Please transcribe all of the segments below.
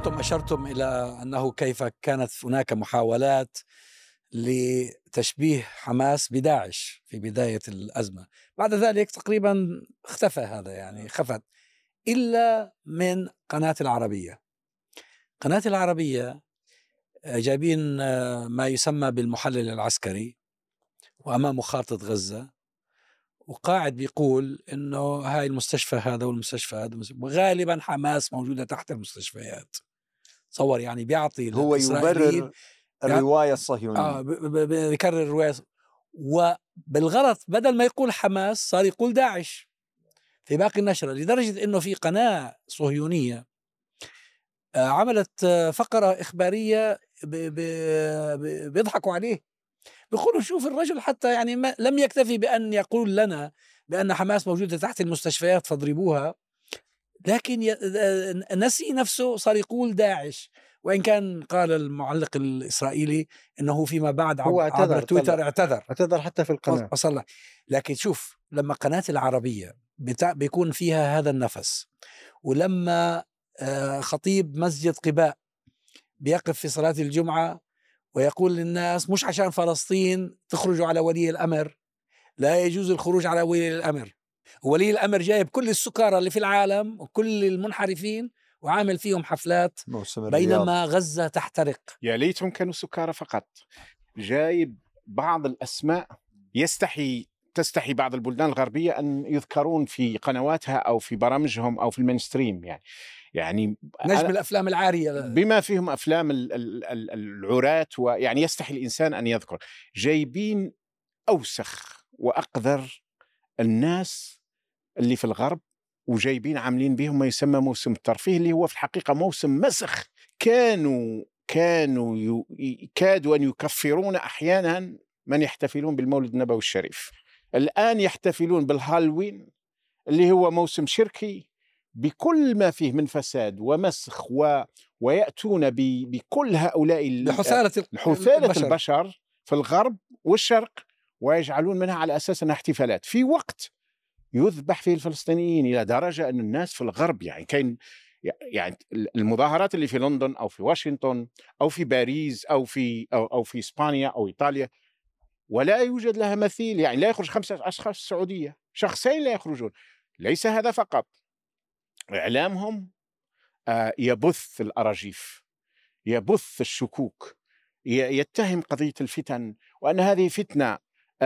أنتم أشرتم إلى أنه كيف كانت هناك محاولات لتشبيه حماس بداعش في بداية الأزمة. بعد ذلك تقريبا اختفى هذا، يعني خفت، إلا من قناة العربية. قناة العربية جايبين ما يسمى بالمحلل العسكري وأمامه خارطة غزة، وقاعد بيقول إنه هاي المستشفى هذا والمستشفى هذا، وغالبا حماس موجودة تحت المستشفيات. تصور يعني بيعطي هو يبرر الرواية الصهيونية. بيكرر الرواية، وبالغلط بدل ما يقول حماس صار يقول داعش في باقي النشرة، لدرجة إنه في قناة صهيونية عملت فقرة إخبارية بيضحكوا عليه، بيقولوا شوف الرجل حتى يعني لم يكتفي بأن يقول لنا بأن حماس موجودة تحت المستشفيات فاضربوها، لكن نسي نفسه، صار يقول داعش. وإن كان قال المعلق الإسرائيلي أنه فيما بعد عبر تويتر اعتذر حتى في القناة وصل. لكن شوف لما قناة العربية بيكون فيها هذا النفس، ولما خطيب مسجد قباء بيقف في صلاة الجمعة ويقول للناس مش عشان فلسطين تخرجوا على ولي الأمر، لا يجوز الخروج على ولي الأمر، ولي الأمر جايب كل السكارى اللي في العالم وكل المنحرفين وعامل فيهم حفلات بينما غزة تحترق. يا ليتهم كانوا سكارى فقط، جايب بعض الأسماء تستحي بعض البلدان الغربية أن يذكرون في قنواتها أو في برامجهم أو في المينستريم، يعني نجم الأفلام العارية بما فيهم أفلام العراة، ويعني يستحي الإنسان أن يذكر. جايبين أوسخ وأقذر الناس اللي في الغرب، وجايبين عاملين بهم ما يسمى موسم الترفيه، اللي هو في الحقيقة موسم مسخ. كادوا أن يكفرون أحيانا من يحتفلون بالمولد النبوي الشريف. الآن يحتفلون بالهالوين اللي هو موسم شركي بكل ما فيه من فساد ومسخ، ويأتون بكل هؤلاء حثالة البشر في الغرب والشرق، ويجعلون منها على أساس أنها احتفالات، في وقت يذبح فيه الفلسطينيين، إلى درجة أن الناس في الغرب يعني المظاهرات اللي في لندن أو في واشنطن أو في باريس أو في إسبانيا أو إيطاليا ولا يوجد لها مثيل. يعني لا يخرج 5 أشخاص سعودية، شخصين لا يخرجون. ليس هذا فقط، إعلامهم يبث الأراجيف، يبث الشكوك، يتهم قضية الفتن وأن هذه فتنة.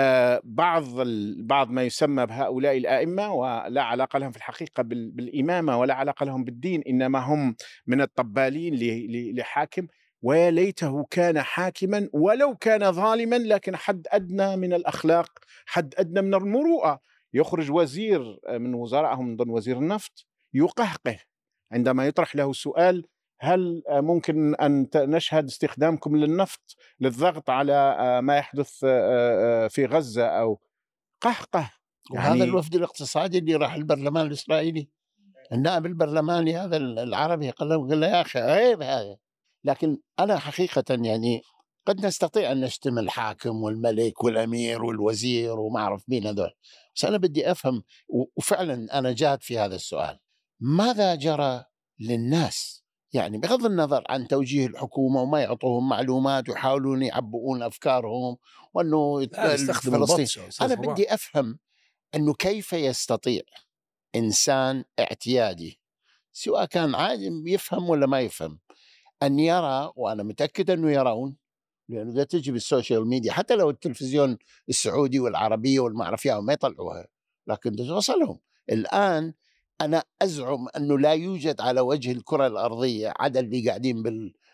بعض ما يسمى بهؤلاء الآئمة ولا علاقة لهم في الحقيقة بالإمامة ولا علاقة لهم بالدين، إنما هم من الطبالين لحاكم، وليته كان حاكما ولو كان ظالما، لكن حد أدنى من الأخلاق، حد أدنى من المروءة. يخرج وزير من وزرائهم من ضمن وزير النفط يقهقه عندما يطرح له سؤال: هل ممكن أن نشهد استخدامكم للنفط للضغط على ما يحدث في غزة أو قهقه. وهذا الوفد الاقتصادي اللي راح البرلمان الإسرائيلي، النائب البرلماني هذا العربي قال له يا أخي عيب هذا. لكن أنا حقيقة يعني قد نستطيع أن نشتم الحاكم والملك والأمير والوزير وما أعرف مين هذول، بس أنا بدي أفهم، وفعلا أنا جاد في هذا السؤال، ماذا جرى للناس؟ يعني بغض النظر عن توجيه الحكومة وما يعطوهم معلومات ويحاولون يعبؤون أفكارهم وأنه يستخدموا فلسطين، أنا بدي أفهم أنه كيف يستطيع إنسان اعتيادي سواء كان عادي يفهم ولا ما يفهم أن يرى، وأنا متأكد أنه يرون، لأنه إذا تجي بالسوشيال ميديا حتى لو التلفزيون السعودي والعربية والمعرفية ما يطلعوها لكن توصلهم. الآن أنا أزعم أنه لا يوجد على وجه الكرة الأرضية عدد اللي قاعدين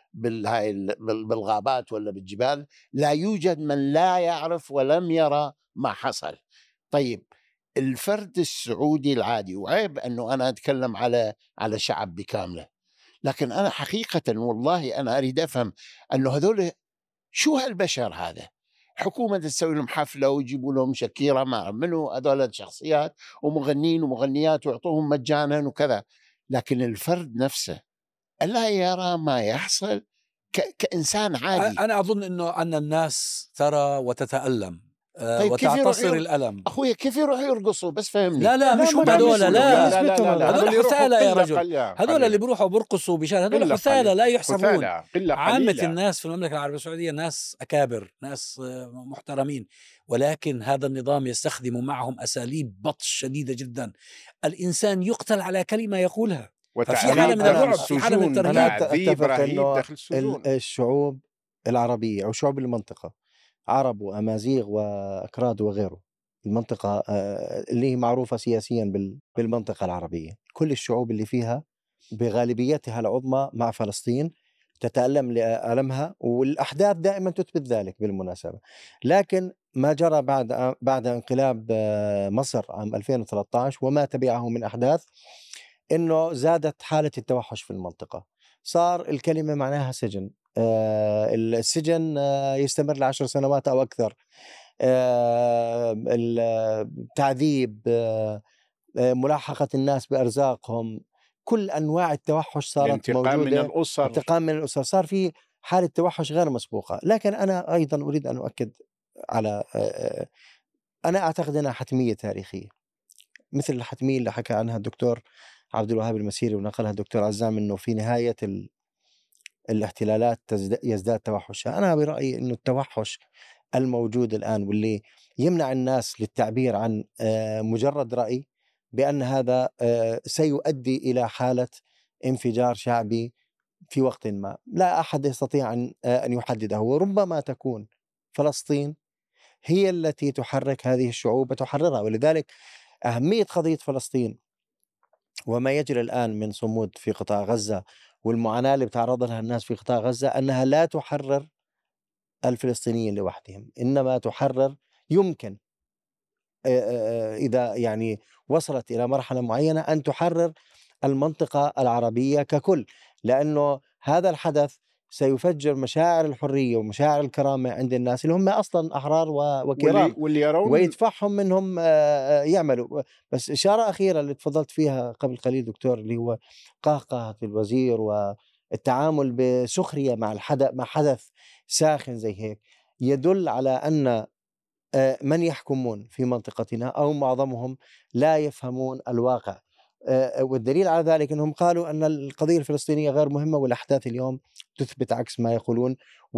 بالغابات ولا بالجبال، لا يوجد من لا يعرف ولم يرى ما حصل. طيب الفرد السعودي العادي، وعيب أنه أنا أتكلم على شعب بكامله، لكن أنا حقيقة والله أنا أريد أفهم أنه هذول شو هالبشر هذا؟ حكومة تسوي لهم حفلة ويجيبوا لهم شكيرة ما منو هذول شخصيات ومغنين ومغنيات ويعطوهم مجانا وكذا، لكن الفرد نفسه ألا يرى ما يحصل كإنسان عادي؟ أنا أظن أن الناس ترى وتتألم. طيب وتعتصر الألم. أخويا كيف يروح يرقصوا؟ بس فهمني. لا مش هم هذول، لا هذول حثالة يا رجل، هذول اللي بيروحوا برقصوا بشان، هذول حثالة لا يحسبون. عامة الناس في المملكة العربية السعودية ناس أكابر، ناس محترمين، ولكن هذا النظام يستخدم معهم أساليب بطش شديدة جدا. الإنسان يقتل على كلمة يقولها، ففي حالة من الرعب، في حالة من الترهيب. أنا أتفق إنه الشعوب العربية أو شعوب المنطقة، عرب وأمازيغ وأكراد وغيره، المنطقة اللي هي معروفة سياسيا بالمنطقة العربية، كل الشعوب اللي فيها بغالبيتها العظمى مع فلسطين تتألم لألمها، والأحداث دائما تثبت ذلك بالمناسبة. لكن ما جرى بعد انقلاب مصر عام 2013 وما تبعه من أحداث، إنه زادت حالة التوحش في المنطقة. صار الكلمة معناها سجن، السجن يستمر ل10 سنوات أو أكثر، التعذيب، ملاحقة الناس بأرزاقهم، كل أنواع التوحش صارت موجودة. انتقام من الأسر، صار في حالة توحش غير مسبوقة. لكن أنا أيضا أريد أن أؤكد على أنا أعتقد أنها حتمية تاريخية، مثل الحتمية اللي حكى عنها الدكتور عبد الوهاب المسيري ونقلها الدكتور عزام، أنه في نهاية الاحتلالات يزداد توحشها. أنا برأيي أنه التوحش الموجود الآن واللي يمنع الناس للتعبير عن مجرد رأي، بأن هذا سيؤدي إلى حالة انفجار شعبي في وقت ما، لا أحد يستطيع أن يحدده. وربما تكون فلسطين هي التي تحرك هذه الشعوب وتحررها. ولذلك أهمية قضية فلسطين وما يجري الآن من صمود في قطاع غزة والمعاناة اللي بتعرض لها الناس في قطاع غزة، أنها لا تحرر الفلسطينيين لوحدهم، إنما تحرر، يمكن إذا يعني وصلت إلى مرحلة معينة أن تحرر المنطقة العربية ككل، لأنه هذا الحدث سيفجر مشاعر الحرية ومشاعر الكرامة عند الناس اللي هم أصلا أحرار وكرام، واللي يرون ويدفعهم منهم يعملوا. بس إشارة أخيرة اللي تفضلت فيها قبل قليل دكتور، اللي هو قهقهة الوزير والتعامل بسخرية مع حدث ساخن زي هيك، يدل على أن من يحكمون في منطقتنا أو معظمهم لا يفهمون الواقع. والدليل على ذلك أنهم قالوا أن القضية الفلسطينية غير مهمة، والأحداث اليوم تثبت عكس ما يقولون.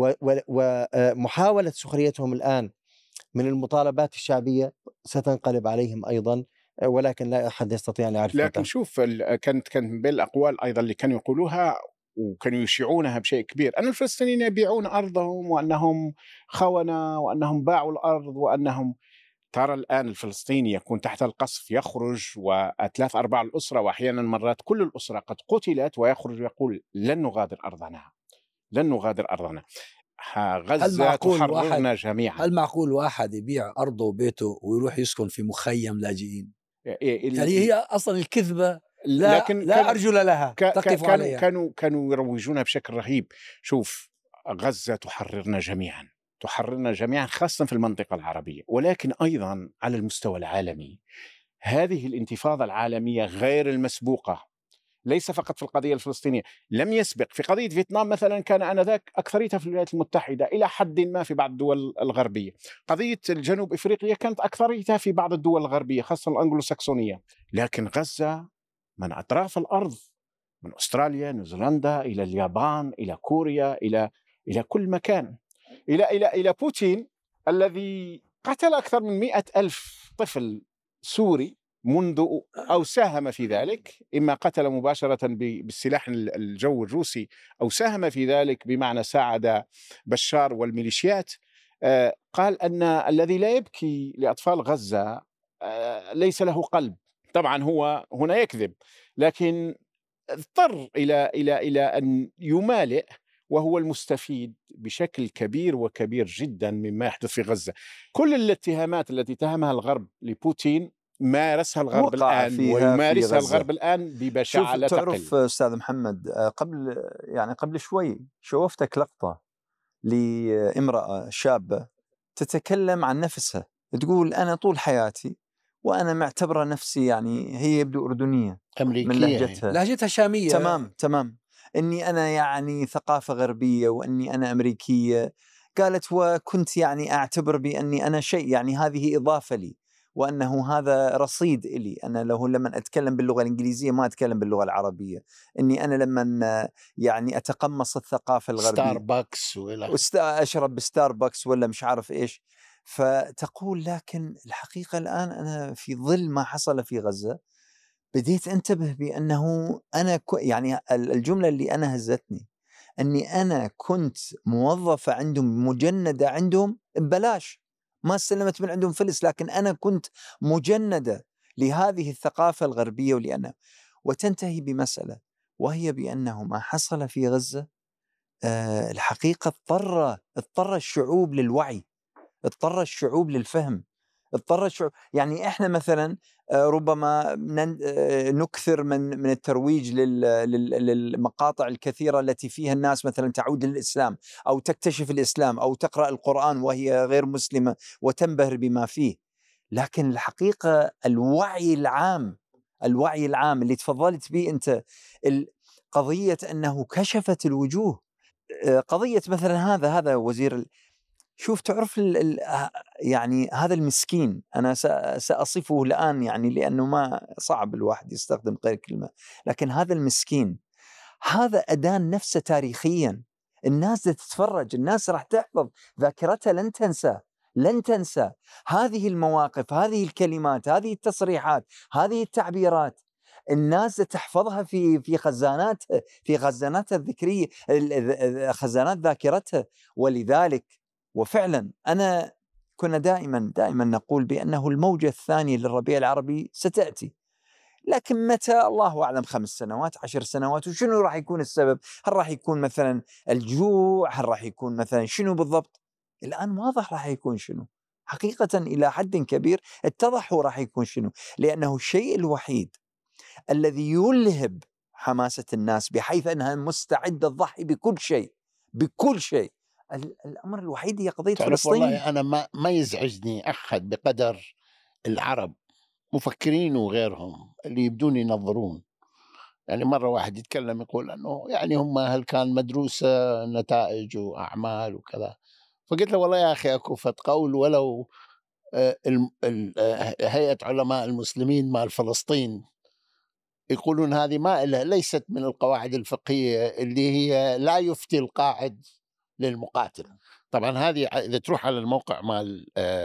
ومحاولة سخريتهم الآن من المطالبات الشعبية ستنقلب عليهم أيضا، ولكن لا أحد يستطيع أن يعرف. لكن شوف، كانت من بين الأقوال أيضا اللي كانوا يقولوها وكانوا يشيعونها بشيء كبير، أن الفلسطينيين يبيعون أرضهم وأنهم خونة وأنهم باعوا الأرض، وأنهم ترى الآن الفلسطيني يكون تحت القصف يخرج و3/4 الأسرة وأحيانا مرات كل الأسرة قد قتلت، ويخرج يقول لن نغادر أرضنا، لن نغادر أرضنا. غزة تحررنا جميعا. هل معقول واحد يبيع أرضه وبيته ويروح يسكن في مخيم لاجئين؟ يعني هي أصلا الكذبة لا أرجل لها تقف عليها. كانوا يروجونها بشكل رهيب. شوف، غزة تحررنا جميعا، تحررنا جميعا، خاصة في المنطقة العربية، ولكن أيضا على المستوى العالمي. هذه الانتفاضة العالمية غير المسبوقة ليس فقط في القضية الفلسطينية، لم يسبق. في قضية فيتنام مثلا كان آنذاك أكثريتها في الولايات المتحدة إلى حد ما في بعض الدول الغربية. قضية الجنوب إفريقيا كانت أكثريتها في بعض الدول الغربية خاصة الأنجلو ساكسونية. لكن غزة من أطراف الأرض، من أستراليا، نيوزيلندا، إلى اليابان، إلى كوريا، إلى كل مكان، إلى بوتين الذي قتل أكثر من 100,000 طفل سوري منذ أو ساهم في ذلك، إما قتل مباشرة بالسلاح الجو الروسي أو ساهم في ذلك بمعنى ساعد بشار والميليشيات. قال أن الذي لا يبكي لأطفال غزة ليس له قلب. طبعا هو هنا يكذب، لكن اضطر إلى أن يمالئ، وهو المستفيد بشكل كبير وكبير جدا مما يحدث في غزة. كل الاتهامات التي اتهمها الغرب لبوتين مارسها الغرب الآن ويمارسها الغرب الآن ببشاعة لا تقل. تعرف أستاذ محمد، قبل شوي شوفتك لقطة لامرأة شابة تتكلم عن نفسها، تقول أنا طول حياتي وأنا معتبرة نفسي، يعني هي يبدو أردنية أمريكية، من لهجتها شامية، تمام، إني أنا يعني ثقافة غربية وأني أنا أمريكية. قالت وكنت يعني أعتبر بأني أنا شيء، يعني هذه إضافة لي، وأنه هذا رصيد إلي. أنا لما أتكلم باللغة الإنجليزية ما أتكلم باللغة العربية، إني أنا لما يعني أتقمص الثقافة الغربية ستاربكس أشرب ستاربكس ولا مش عارف إيش. فتقول لكن الحقيقة الآن أنا في ظل ما حصل في غزة بديت أنتبه بأنه أنا يعني الجملة اللي أنا هزتني أني أنا كنت موظفة عندهم، مجندة عندهم ببلاش، ما استلمت من عندهم فلس، لكن أنا كنت مجندة لهذه الثقافة الغربية. وتنتهي بمسألة، وهي بأنه ما حصل في غزة الحقيقة اضطر الشعوب للوعي، اضطر الشعوب للفهم، اضطر الشعوب. يعني احنا مثلا ربما نكثر من الترويج للمقاطع الكثيرة التي فيها الناس مثلا تعود للإسلام أو تكتشف الإسلام أو تقرأ القرآن وهي غير مسلمة وتنبهر بما فيه. لكن الحقيقة الوعي العام اللي تفضلت به أنت، قضية أنه كشفت الوجوه، قضية مثلا هذا وزير شوف تعرف يعني هذا المسكين، أنا سأصفه الآن يعني لأنه ما صعب الواحد يستخدم غير كلمة، لكن هذا المسكين هذا أدان نفسه تاريخيا. الناس تتفرج، الناس راح تحفظ ذاكرتها، لن تنسى هذه المواقف، هذه الكلمات، هذه التصريحات، هذه التعبيرات. الناس تحفظها في خزاناتها الذكرية، خزانات ذاكرتها. ولذلك وفعلا كنا دائما نقول بأنه الموجة الثانية للربيع العربي ستأتي، لكن متى الله أعلم، 5 سنوات 10 سنوات، وشنو راح يكون السبب؟ هل راح يكون مثلا الجوع؟ هل راح يكون مثلا شنو بالضبط؟ الآن واضح راح يكون شنو، حقيقة إلى حد كبير اتضح راح يكون شنو، لأنه الشيء الوحيد الذي يلهب حماسة الناس بحيث أنها مستعدة تضحي بكل شيء. الأمر الوحيد هي قضية فلسطين. والله أنا ما يزعجني أحد بقدر العرب مفكرين وغيرهم اللي يبدون ينظرون. يعني مرة واحد يتكلم يقول أنه يعني هم هل كان مدروسة نتائج وأعمال وكذا، فقلت له والله يا أخي أكو قول ولو هيئة علماء المسلمين مال فلسطين يقولون هذه ما ليست من القواعد الفقهية اللي هي لا يفتي القاعد للمقاتل. طبعا هذه إذا تروح على الموقع مال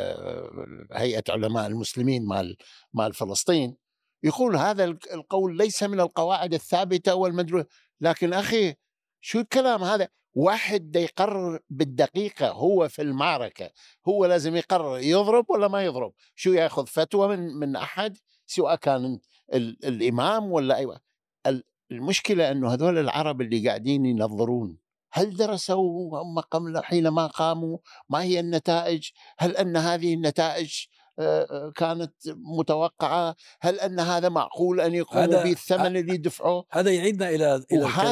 هيئة علماء المسلمين مال فلسطين يقول هذا القول ليس من القواعد الثابتة والمدروسة. لكن أخي شو الكلام هذا؟ واحد دا يقرر بالدقيقة، هو في المعركة هو لازم يقرر يضرب ولا ما يضرب، شو يأخذ فتوى من أحد سواء كان الإمام ولا أيوة. المشكلة أنه هذول العرب اللي قاعدين ينظرون هل درسوا هم حينما قاموا ما هي النتائج؟ هل أن هذه النتائج كانت متوقعة؟ هل أن هذا معقول أن يقوموا بالثمن اللي دفعوه؟ هذا يعيدنا إلى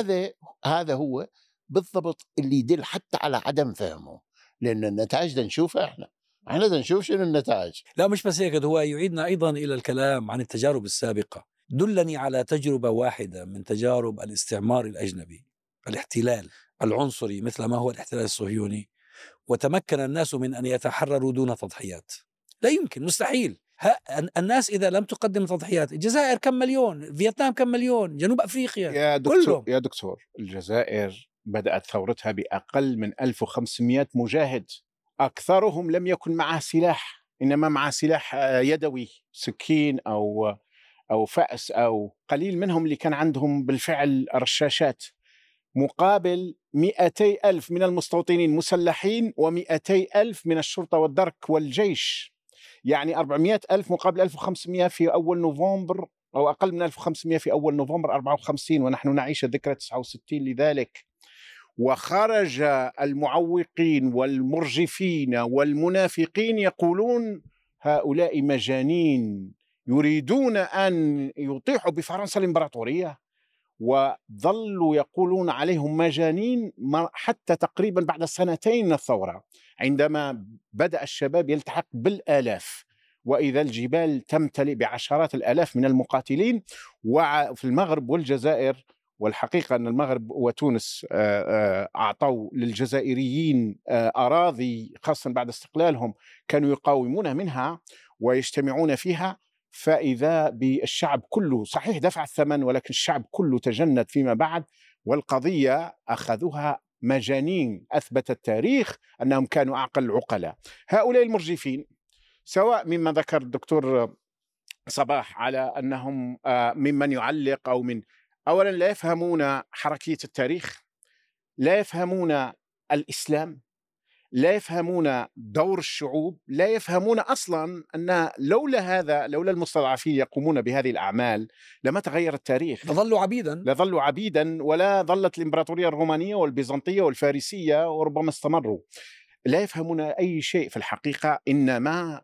هذا هو بالضبط اللي يدل حتى على عدم فهمه، لأن النتائج دا نشوفها احنا دا نشوف شنو النتائج. لا مش بس هيك، هو يعيدنا أيضا إلى الكلام عن التجارب السابقة. دلني على تجربة واحدة من تجارب الاستعمار الأجنبي، الاحتلال العنصري مثل ما هو الاحتلال الصهيوني، وتمكن الناس من أن يتحرروا دون تضحيات. لا يمكن، مستحيل. الناس إذا لم تقدم تضحيات، الجزائر كم مليون، فيتنام كم مليون، جنوب أفريقيا يا دكتور الجزائر بدأت ثورتها بأقل من 1500 مجاهد، أكثرهم لم يكن معه سلاح، إنما معه سلاح يدوي، سكين أو فأس، أو قليل منهم اللي كان عندهم بالفعل رشاشات، مقابل 200,000 من المستوطنين مسلحين و200,000 من الشرطة والدرك والجيش. يعني 400,000 مقابل 1500 في أول نوفمبر، أو أقل من 1500 في أول نوفمبر 54، ونحن نعيش الذكرى 69 لذلك. وخرج المعوقين والمرجفين والمنافقين يقولون هؤلاء مجانين يريدون أن يطيحوا بفرنسا الإمبراطورية، وظلوا يقولون عليهم مجانين حتى تقريبا بعد 2 من الثورة، عندما بدأ الشباب يلتحق بالآلاف، وإذا الجبال تمتلئ بعشرات الآلاف من المقاتلين. وفي المغرب والجزائر والحقيقة أن المغرب وتونس أعطوا للجزائريين أراضي خاصة بعد استقلالهم كانوا يقاومون منها ويجتمعون فيها، فإذا بالشعب كله صحيح دفع الثمن ولكن الشعب كله تجند فيما بعد، والقضية أخذوها مجانين. أثبت التاريخ أنهم كانوا أعقل العقلاء. هؤلاء المرجفين سواء مما ذكر الدكتور صباح على أنهم ممن يعلق أو من، أولا لا يفهمون حركية التاريخ، لا يفهمون الإسلام، لا يفهمون دور الشعوب، لا يفهمون أصلا أن لولا هذا، لولا المستضعفين يقومون بهذه الأعمال لما تغير التاريخ، لظلوا عبيدا، لظلوا عبيدا، ولا ظلت الإمبراطورية الرومانية والبيزنطية والفارسية وربما استمروا. لا يفهمون أي شيء في الحقيقة، إنما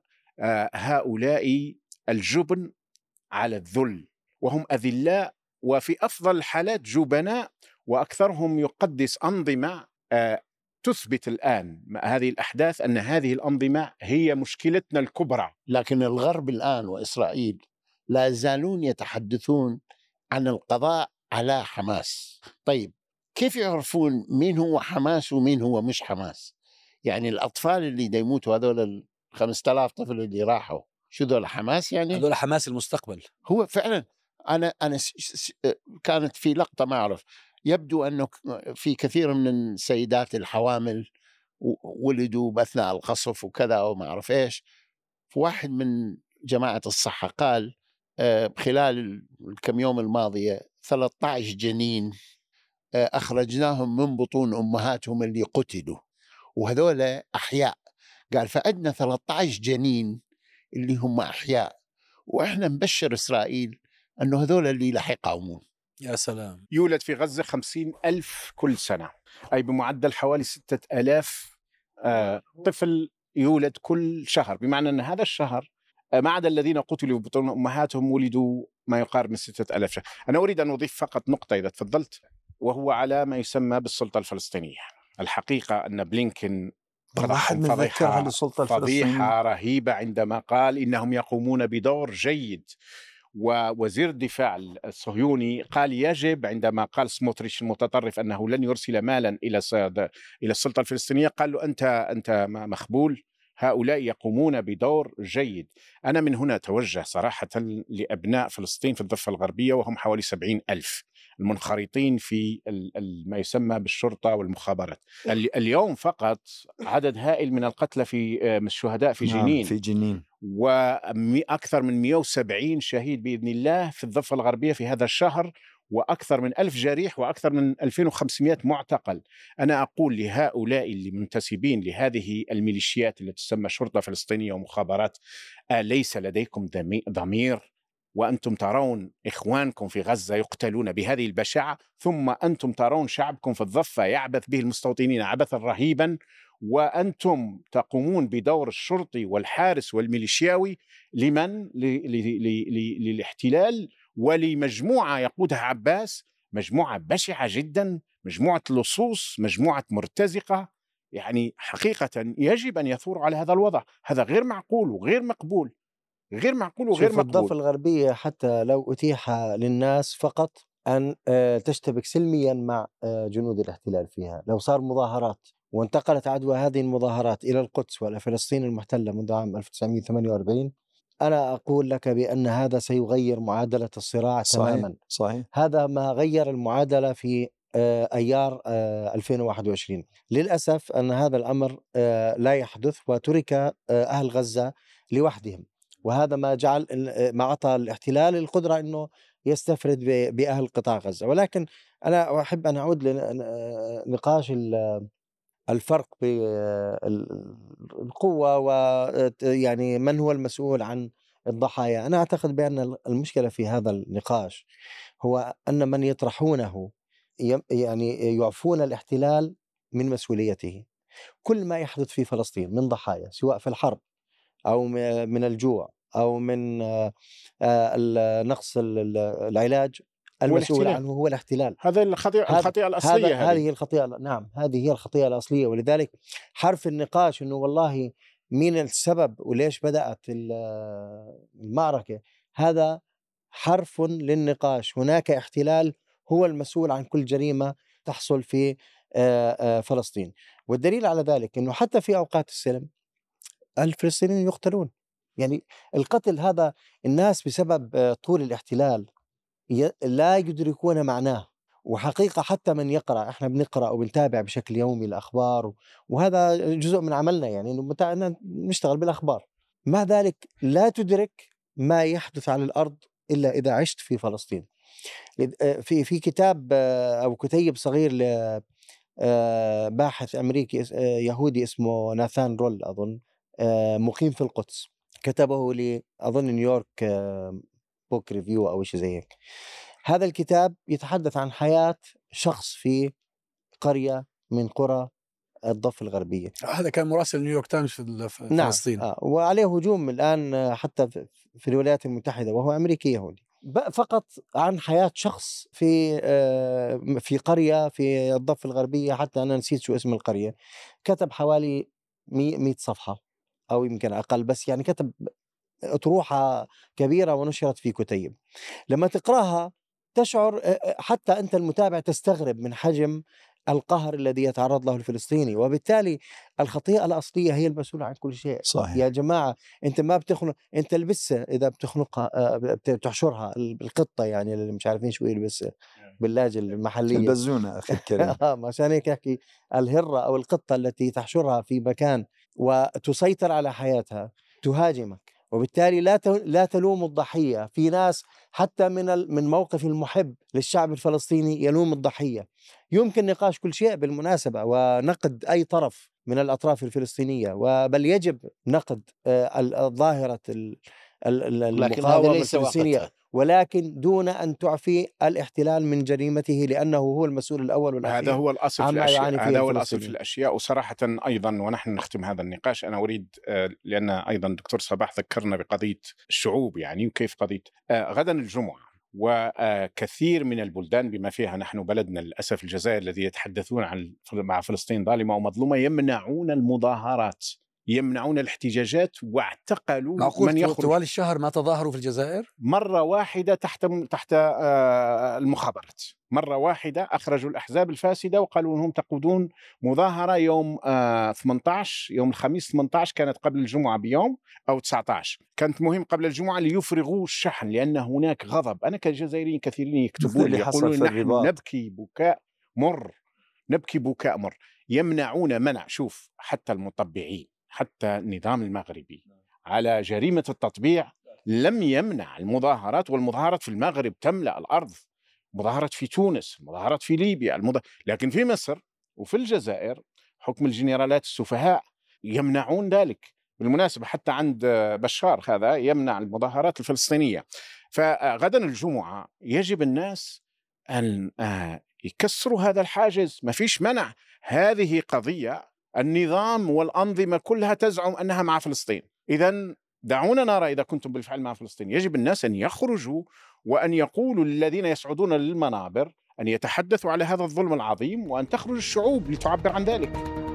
هؤلاء الجبن على الذل، وهم أذلاء وفي أفضل الحالات جبناء، وأكثرهم يقدس أنظمة تثبت الآن هذه الأحداث أن هذه الأنظمة هي مشكلتنا الكبرى. لكن الغرب الآن وإسرائيل لا يزالون يتحدثون عن القضاء على حماس. طيب كيف يعرفون مين هو حماس ومين هو مش حماس؟ يعني الأطفال اللي يموتوا هذول 5000 طفل اللي راحوا، شو ذول حماس؟ يعني هذول حماس المستقبل. هو فعلا أنا كانت في لقطة ما أعرف، يبدو أنه في كثير من السيدات الحوامل ولدوا بأثناء القصف وكذا وما أعرف إيش. فواحد من جماعة الصحة قال خلال الكم يوم الماضية 13 جنين أخرجناهم من بطون أمهاتهم اللي قتلوا وهذول أحياء. قال فعندنا 13 جنين اللي هم أحياء، وإحنا نبشر إسرائيل أنه هذول اللي رح يقاومون. يا سلام. يولد في غزة 50,000 كل سنة، أي بمعدل حوالي 6000 طفل يولد كل شهر، بمعنى أن هذا الشهر ما عدا الذين قتلوا بطون أمهاتهم ولدوا ما يقارب من 6000 شهر. أنا أريد أن أضيف فقط نقطة إذا تفضلت، وهو على ما يسمى بالسلطة الفلسطينية. الحقيقة أن بلينكن فضيحة رهيبة عندما قال إنهم يقومون بدور جيد، ووزير الدفاع الصهيوني قال يجب، عندما قال سموتريتش المتطرف أنه لن يرسل مالا إلى السلطة الفلسطينية، قال له أنت مخبول، هؤلاء يقومون بدور جيد. أنا من هنا أتوجه صراحة لأبناء فلسطين في الضفة الغربية، وهم حوالي 70,000 المنخرطين في ما يسمى بالشرطة والمخابرات. اليوم فقط عدد هائل من القتلى في الشهداء في جنين، في جنين، وأكثر من 170 شهيد بإذن الله في الضفة الغربية في هذا الشهر، وأكثر من 1000 جريح، وأكثر من 2500 معتقل. أنا أقول لهؤلاء اللي منتسبين لهذه الميليشيات التي تسمى شرطة فلسطينية ومخابرات، أليس لديكم ضمير؟ وأنتم ترون إخوانكم في غزة يقتلون بهذه البشاعة، ثم أنتم ترون شعبكم في الضفة يعبث به المستوطنين عبثا رهيبا، وأنتم تقومون بدور الشرطي والحارس والميليشياوي لمن؟ للاحتلال ولمجموعة يقودها عباس، مجموعة بشعة جدا، مجموعة لصوص، مجموعة مرتزقة. يعني حقيقة يجب أن يثور على هذا الوضع. هذا غير معقول وغير مقبول، غير معقول وغير مقبول. الضفة الغربية حتى لو أتيح للناس فقط أن تشتبك سلميا مع جنود الاحتلال فيها، لو صار مظاهرات وانتقلت عدوى هذه المظاهرات إلى القدس وإلى فلسطين المحتلة منذ عام 1948، أنا أقول لك بأن هذا سيغير معادلة الصراع تماما. صحيح. هذا ما غير المعادلة في أيار 2021. للأسف أن هذا الأمر لا يحدث، وترك أهل غزة لوحدهم، وهذا ما جعل ما أعطى الاحتلال القدرة أنه يستفرد بأهل قطاع غزة. ولكن أنا أحب أن أعود لنقاش الفرق بين القوة ويعني من هو المسؤول عن الضحايا. أنا أعتقد بأن المشكلة في هذا النقاش هو أن من يطرحونه يعني يعفون الاحتلال من مسؤوليته. كل ما يحدث في فلسطين من ضحايا، سواء في الحرب أو من الجوع أو من نقص العلاج، المسؤول عنه هو الاحتلال. هذا الخطيئة الأصلية. هذه الخطيئة، نعم، هذه هي الخطيئة الأصلية. ولذلك حرف النقاش إنه والله مين السبب وليش بدأت المعركة، هذا حرف للنقاش. هناك احتلال هو المسؤول عن كل جريمة تحصل في فلسطين. والدليل على ذلك أنه حتى في أوقات السلم الفلسطينيين يقتلون. يعني القتل هذا الناس بسبب طول الاحتلال لا يدركون معناه. وحقيقة حتى من يقرأ، احنا بنقرأ وبنتابع بشكل يومي الأخبار، وهذا جزء من عملنا، يعني إنه نشتغل بالأخبار، مع ذلك لا تدرك ما يحدث على الأرض إلا إذا عشت في فلسطين. في كتاب أو كتيب صغير لباحث أمريكي يهودي اسمه ناثان رول أظن، مقيم في القدس، كتبه لي أظن نيويورك بوك ريفيو أو شيء زي هيك. هذا الكتاب يتحدث عن حياة شخص في قرية من قرى الضفة الغربية. هذا كان مراسل نيويورك تايمز في فلسطين. نعم. وعليه هجوم الآن حتى في الولايات المتحدة، وهو أمريكي يهودي. فقط عن حياة شخص في قرية في الضفة الغربية، حتى أنا نسيت شو اسم القرية. كتب حوالي 100 صفحة أو يمكن أقل، بس يعني كتب أطروحة كبيرة ونشرت في كتيب. لما تقرأها تشعر حتى أنت المتابع تستغرب من حجم القهر الذي يتعرض له الفلسطيني، وبالتالي الخطيئة الأصلية هي المسؤولة عن كل شيء. صحيح. يا جماعة أنت ما بتخنق، أنت البسة إذا بتخنقها بتحشرها القطة، يعني اللي مش عارفين شو هي البسة باللهجة المحلية، البزونة أخي الكريم. عشان هيك أحكي الهرة أو القطة التي تحشرها في مكان وتسيطر على حياتها تهاجمك، وبالتالي لا تلوم الضحية. في ناس حتى من موقف المحب للشعب الفلسطيني يلوم الضحية. يمكن نقاش كل شيء بالمناسبة ونقد أي طرف من الأطراف الفلسطينية، بل يجب نقد ظاهرة المقاومة الفلسطينية، ولكن دون أن تعفي الاحتلال من جريمته، لأنه هو المسؤول الأول والأخير. هذا هو الأصل في عما الأشياء. يعاني فيه هذا هو الأصل الفلسطينيين. في الأشياء. وصراحة أيضا ونحن نختم هذا النقاش، أنا أريد لأن أيضا دكتور صباح ذكرنا بقضية الشعوب، يعني وكيف قضية غدا الجمعة، وكثير من البلدان بما فيها نحن بلدنا للأسف الجزائر الذي يتحدثون عن مع فلسطين ظالمة ومظلومة يمنعون المظاهرات، يمنعون الاحتجاجات، واعتقلوا معقول من يخرج. طوال الشهر ما تظاهروا في الجزائر؟ مرة واحدة تحت المخابرات، مرة واحدة أخرجوا الأحزاب الفاسدة وقالوا أنهم تقودون مظاهرة يوم 18، يوم الخميس 18 كانت قبل الجمعة بيوم أو 19 كانت مهم قبل الجمعة، ليفرغوا الشحن، لأن هناك غضب. أنا كجزائريين كثيرين يكتبون لي يقولون نحن نبكي بكاء مر، نبكي بكاء مر. يمنعون منع، شوف حتى المطبعين، حتى النظام المغربي على جريمة التطبيع لم يمنع المظاهرات، والمظاهرات في المغرب تملأ الأرض، مظاهرات في تونس، مظاهرات في ليبيا، لكن في مصر وفي الجزائر حكم الجنرالات السفهاء يمنعون ذلك. بالمناسبة حتى عند بشار هذا يمنع المظاهرات الفلسطينية. فغدا الجمعة يجب الناس أن يكسروا هذا الحاجز، ما فيش منع. هذه قضية النظام والأنظمة كلها تزعم أنها مع فلسطين، إذن دعونا نرى إذا كنتم بالفعل مع فلسطين. يجب الناس أن يخرجوا وأن يقولوا للذين يصعدون للمنابر أن يتحدثوا على هذا الظلم العظيم، وأن تخرج الشعوب لتعبر عن ذلك.